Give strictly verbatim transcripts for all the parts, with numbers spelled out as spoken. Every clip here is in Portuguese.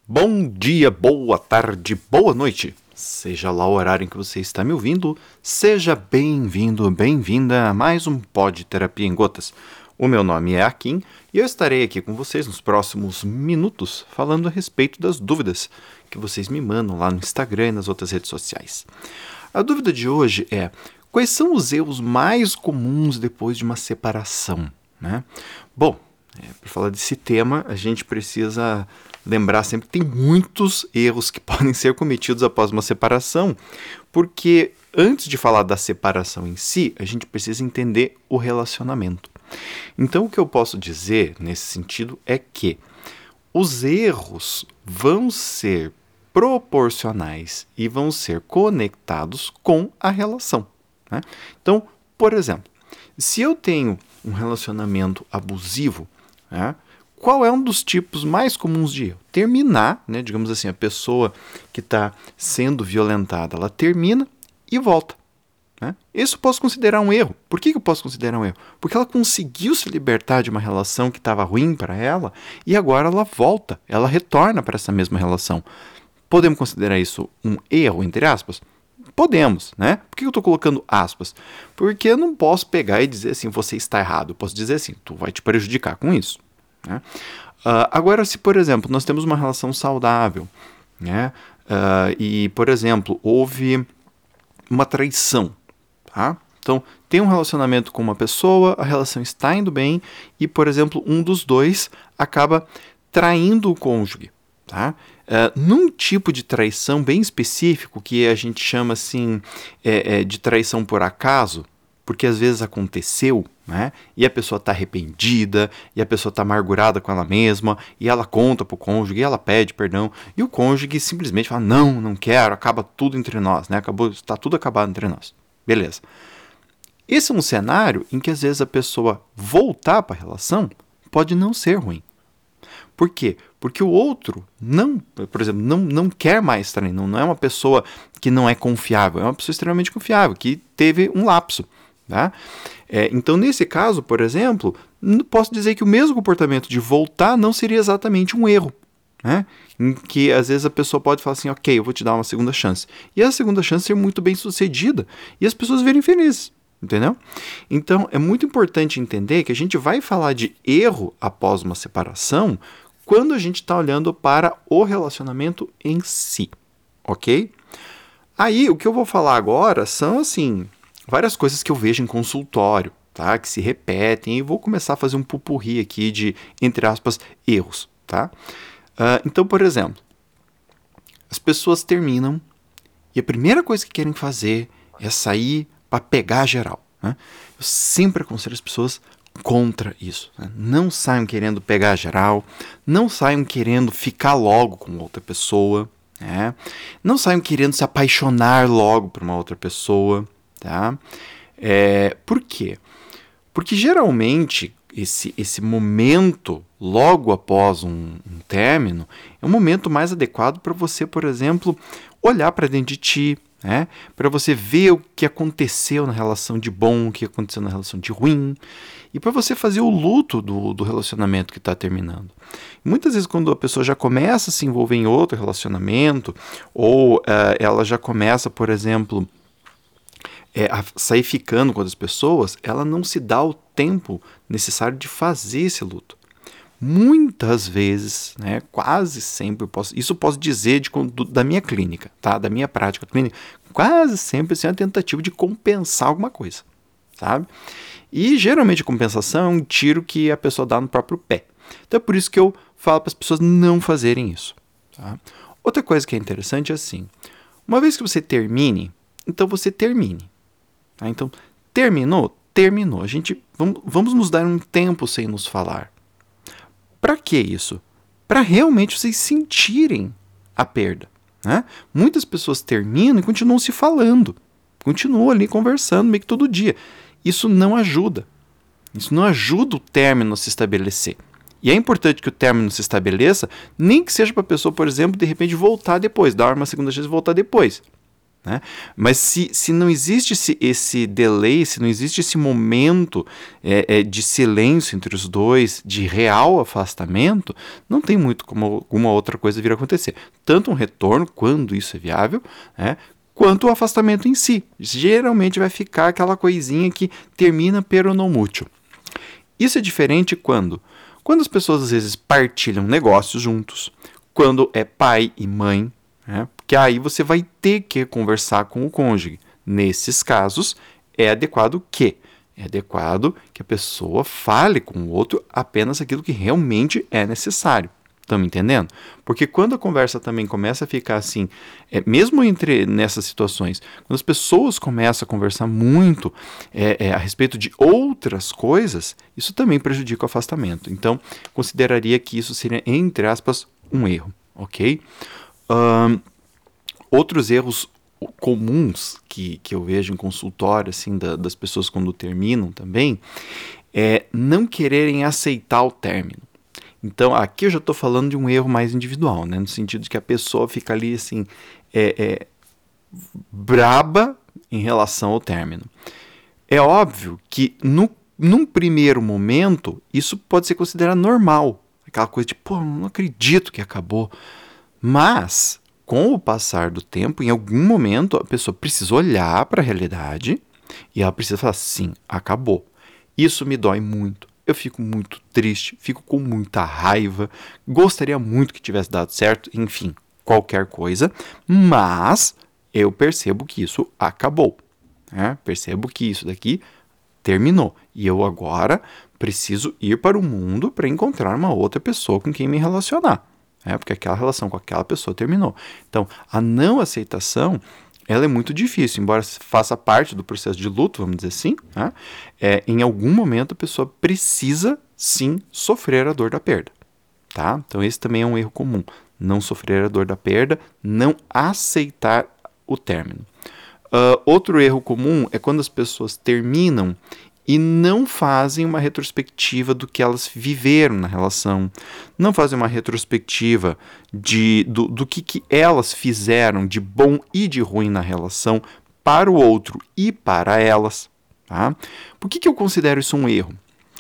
Bom dia, boa tarde, boa noite. Seja lá o horário em que você está me ouvindo, seja bem-vindo, bem-vinda a mais um Pod Terapia em Gotas. O meu nome é Akin e eu estarei aqui com vocês nos próximos minutos falando a respeito das dúvidas que vocês me mandam lá no Instagram e nas outras redes sociais. A dúvida de hoje é: quais são os erros mais comuns depois de uma separação, né? Bom, é, para falar desse tema, a gente precisa lembrar sempre que tem muitos erros que podem ser cometidos após uma separação, porque antes de falar da separação em si, a gente precisa entender o relacionamento. Então, o que eu posso dizer nesse sentido é que os erros vão ser proporcionais e vão ser conectados com a relação, né? Então, por exemplo, se eu tenho um relacionamento abusivo, né, qual é um dos tipos mais comuns de erro? Terminar, né, digamos assim, a pessoa que está sendo violentada, ela termina e volta, né? Isso eu posso considerar um erro. Por que eu posso considerar um erro? Porque ela conseguiu se libertar de uma relação que estava ruim para ela e agora ela volta, ela retorna para essa mesma relação. Podemos considerar isso um erro, entre aspas? Podemos, né? Por que eu estou colocando aspas? Porque eu não posso pegar e dizer assim, você está errado. Eu posso dizer assim, tu vai te prejudicar com isso, né? Uh, agora, se, por exemplo, nós temos uma relação saudável, né? Uh, e, por exemplo, houve uma traição, tá? Então, tem um relacionamento com uma pessoa, a relação está indo bem e, por exemplo, um dos dois acaba traindo o cônjuge, tá? Uh, num tipo de traição bem específico, que a gente chama assim é, é, de traição por acaso, porque às vezes aconteceu, né? E a pessoa está arrependida, e a pessoa está amargurada com ela mesma, e ela conta para o cônjuge, e ela pede perdão, e o cônjuge simplesmente fala, não, não quero, acaba tudo entre nós, né? Acabou, está tudo acabado entre nós. Beleza. Esse é um cenário em que às vezes a pessoa voltar para a relação pode não ser ruim. Por quê? Porque o outro não, por exemplo, não, não quer mais estar ali, não, não é uma pessoa que não é confiável, é uma pessoa extremamente confiável, que teve um lapso. Tá? É, então, nesse caso, por exemplo, posso dizer que o mesmo comportamento de voltar não seria exatamente um erro, né? Em que às vezes a pessoa pode falar assim, ok, eu vou te dar uma segunda chance. E a segunda chance ser muito bem sucedida e as pessoas verem felizes, entendeu? Então, é muito importante entender que a gente vai falar de erro após uma separação quando a gente está olhando para o relacionamento em si, ok? Aí, o que eu vou falar agora são, assim, várias coisas que eu vejo em consultório, tá? Que se repetem, e vou começar a fazer um pupurri aqui de, entre aspas, erros, tá? Uh, então, por exemplo, as pessoas terminam e a primeira coisa que querem fazer é sair para pegar geral, né? Eu sempre aconselho as pessoas contra isso, né? Não saiam querendo pegar geral, não saiam querendo ficar logo com outra pessoa, né? Não saiam querendo se apaixonar logo por uma outra pessoa, tá? É, por quê? Porque geralmente esse, esse momento logo após um, um término é um momento mais adequado para você, por exemplo, olhar para dentro de ti, né? Para você ver o que aconteceu na relação de bom, o que aconteceu na relação de ruim, e para você fazer o luto do, do relacionamento que está terminando. Muitas vezes quando a pessoa já começa a se envolver em outro relacionamento, ou uh, ela já começa, por exemplo, É, a sair ficando com outras pessoas, ela não se dá o tempo necessário de fazer esse luto. Muitas vezes, né, quase sempre, eu posso, isso eu posso dizer de, do, da minha clínica, tá? Da minha prática clínica, quase sempre assim, é uma tentativa de compensar alguma coisa, sabe? E geralmente a compensação é um tiro que a pessoa dá no próprio pé. Então é por isso que eu falo para as pessoas não fazerem isso, tá? Outra coisa que é interessante é assim, uma vez que você termine, então você termine. Tá? Então, terminou? Terminou. A gente, vamos, vamos nos dar um tempo sem nos falar. Para que isso? Para realmente vocês sentirem a perda, né? Muitas pessoas terminam e continuam se falando. Continuam ali conversando meio que todo dia. Isso não ajuda. Isso não ajuda o término a se estabelecer. E é importante que o término se estabeleça, nem que seja para a pessoa, por exemplo, de repente voltar depois, dar uma segunda chance e voltar depois. né? Mas se, se não existe esse, esse delay, se não existe esse momento é, é, de silêncio entre os dois, de real afastamento, não tem muito como alguma outra coisa vir a acontecer. Tanto um retorno, quando isso é viável, né? Quanto o afastamento em si. Geralmente vai ficar aquela coisinha que termina pero não mútil. Isso é diferente quando? Quando as pessoas às vezes partilham negócios juntos, quando é pai e mãe, né? Porque aí você vai ter que conversar com o cônjuge. Nesses casos, é adequado que? É adequado que a pessoa fale com o outro apenas aquilo que realmente é necessário. Estão me entendendo? Porque quando a conversa também começa a ficar assim, é, mesmo entre nessas situações, quando as pessoas começam a conversar muito é, é, a respeito de outras coisas, isso também prejudica o afastamento. Então, consideraria que isso seria, entre aspas, um erro, ok? Um, outros erros comuns que, que eu vejo em consultório, assim, da, das pessoas quando terminam também, é não quererem aceitar o término. Então, aqui eu já estou falando de um erro mais individual, né? No sentido de que a pessoa fica ali, assim, é, é, braba em relação ao término. É óbvio que, no, num primeiro momento, isso pode ser considerado normal. Aquela coisa de, pô, não acredito que acabou. Mas, com o passar do tempo, em algum momento, a pessoa precisa olhar para a realidade e ela precisa falar, sim, acabou. Isso me dói muito. Eu fico muito triste, fico com muita raiva, gostaria muito que tivesse dado certo, enfim, qualquer coisa, mas eu percebo que isso acabou, né? Percebo que isso daqui terminou e eu agora preciso ir para o mundo para encontrar uma outra pessoa com quem me relacionar, né? Porque aquela relação com aquela pessoa terminou. Então, a não aceitação, ela é muito difícil, embora faça parte do processo de luto, vamos dizer assim, né? É, em algum momento a pessoa precisa, sim, sofrer a dor da perda, tá? Então esse também é um erro comum, não sofrer a dor da perda, não aceitar o término. Uh, outro erro comum é quando as pessoas terminam e não fazem uma retrospectiva do que elas viveram na relação, não fazem uma retrospectiva de, do, do que, que elas fizeram de bom e de ruim na relação para o outro e para elas. Tá? Por que, que eu considero isso um erro?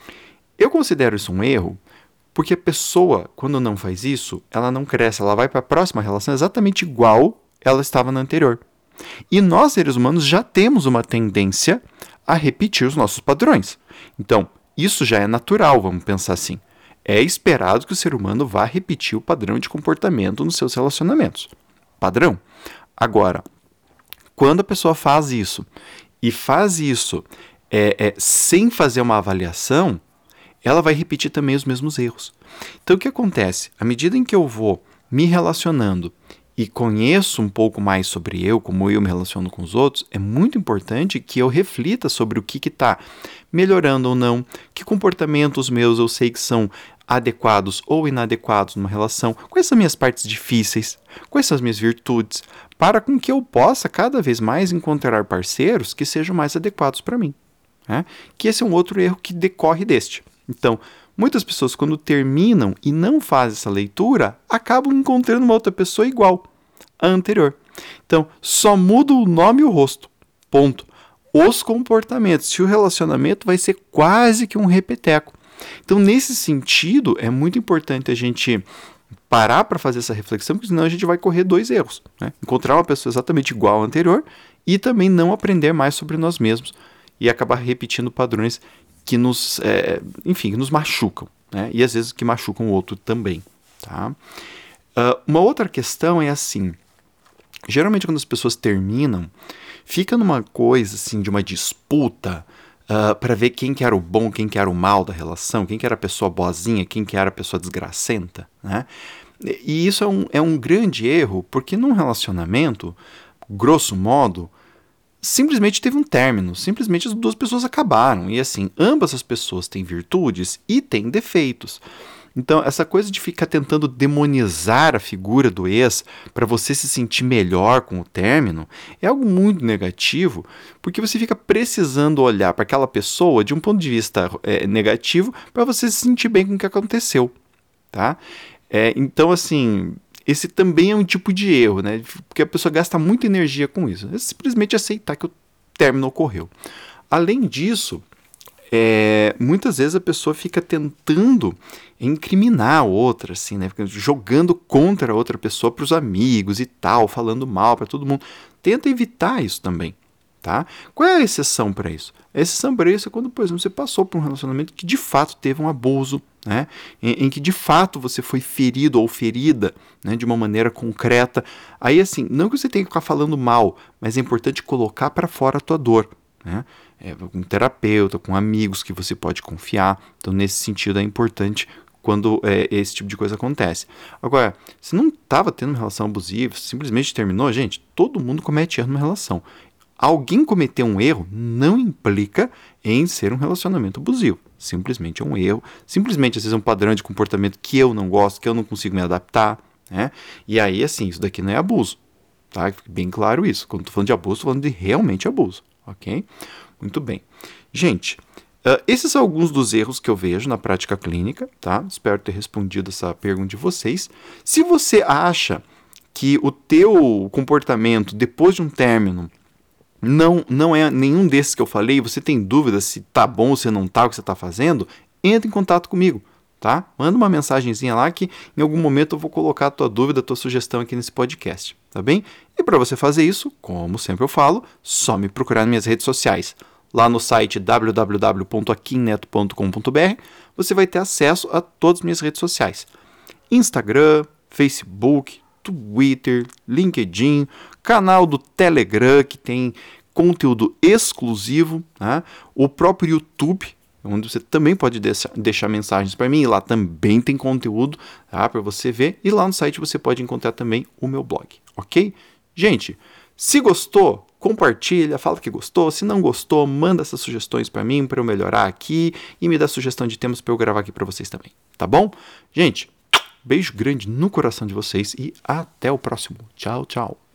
Eu considero isso um erro porque a pessoa, quando não faz isso, ela não cresce, ela vai para a próxima relação exatamente igual ela estava na anterior. E nós, seres humanos, já temos uma tendência a repetir os nossos padrões. Então, isso já é natural, vamos pensar assim. É esperado que o ser humano vá repetir o padrão de comportamento nos seus relacionamentos. Padrão. Agora, quando a pessoa faz isso, e faz isso é, é, sem fazer uma avaliação, ela vai repetir também os mesmos erros. Então, o que acontece? À medida em que eu vou me relacionando e conheço um pouco mais sobre eu, como eu me relaciono com os outros, é muito importante que eu reflita sobre o que está melhorando ou não, que comportamentos meus eu sei que são adequados ou inadequados numa relação, quais são as minhas partes difíceis, quais são as minhas virtudes, para com que eu possa cada vez mais encontrar parceiros que sejam mais adequados para mim. Né? Que esse é um outro erro que decorre deste. Então, muitas pessoas, quando terminam e não fazem essa leitura, acabam encontrando uma outra pessoa igual à anterior. Então, só muda o nome e o rosto. Ponto. Os comportamentos. Se o relacionamento vai ser quase que um repeteco. Então, nesse sentido, é muito importante a gente parar para fazer essa reflexão, porque senão a gente vai correr dois erros. Né? Encontrar uma pessoa exatamente igual à anterior e também não aprender mais sobre nós mesmos e acabar repetindo padrões que nos, é, enfim, que nos machucam, né? E às vezes que machucam o outro também, tá? Uh, uma outra questão é assim, geralmente quando as pessoas terminam, fica numa coisa assim de uma disputa uh, para ver quem que era o bom, quem que era o mal da relação, quem que era a pessoa boazinha, quem que era a pessoa desgracenta, né? E isso é um, é um grande erro, porque num relacionamento, grosso modo, simplesmente teve um término, simplesmente as duas pessoas acabaram, e assim, ambas as pessoas têm virtudes e têm defeitos. Então, essa coisa de ficar tentando demonizar a figura do ex para você se sentir melhor com o término é algo muito negativo, porque você fica precisando olhar para aquela pessoa de um ponto de vista é, negativo para você se sentir bem com o que aconteceu, tá? É, então, assim, esse também é um tipo de erro, né? Porque a pessoa gasta muita energia com isso. É simplesmente aceitar que o término ocorreu. Além disso, é, muitas vezes a pessoa fica tentando incriminar a outra, assim, né? Jogando contra a outra pessoa para os amigos e tal, falando mal para todo mundo. Tenta evitar isso também. Tá? Qual é a exceção para isso? A exceção para isso é quando, por exemplo, você passou por um relacionamento que de fato teve um abuso, né? em, em que de fato você foi ferido ou ferida, né? De uma maneira concreta. Aí, assim, não que você tenha que ficar falando mal, mas é importante colocar para fora a tua dor, né? É, com um terapeuta, com amigos que você pode confiar. Então, nesse sentido, é importante quando é, esse tipo de coisa acontece. Agora, se não estava tendo uma relação abusiva, simplesmente terminou, gente, todo mundo comete erro numa relação. Alguém cometer um erro não implica em ser um relacionamento abusivo. Simplesmente é um erro. Simplesmente, às vezes, é um padrão de comportamento que eu não gosto, que eu não consigo me adaptar, né? E aí, assim, isso daqui não é abuso. Tá? Fique bem claro isso. Quando estou falando de abuso, estou falando de realmente abuso. Ok? Muito bem. Gente, uh, esses são alguns dos erros que eu vejo na prática clínica. Tá? Espero ter respondido essa pergunta de vocês. Se você acha que o teu comportamento depois de um término Não, não é nenhum desses que eu falei, você tem dúvida se tá bom ou se não tá o que você tá fazendo, entra em contato comigo, tá? Manda uma mensagenzinha lá que em algum momento eu vou colocar a tua dúvida, a tua sugestão aqui nesse podcast, tá bem? E para você fazer isso, como sempre eu falo, só me procurar nas minhas redes sociais. Lá no site w w w ponto aquimneto ponto com ponto b r você vai ter acesso a todas as minhas redes sociais. Instagram, Facebook, Twitter, LinkedIn, canal do Telegram que tem conteúdo exclusivo, né? O próprio YouTube, onde você também pode deixar, deixar mensagens para mim, e lá também tem conteúdo, tá? Para você ver, e lá no site você pode encontrar também o meu blog, ok? Gente, se gostou, compartilha, fala que gostou, se não gostou, manda essas sugestões para mim, para eu melhorar aqui, e me dá sugestão de temas para eu gravar aqui para vocês também, tá bom? Gente, beijo grande no coração de vocês e até o próximo. Tchau, tchau.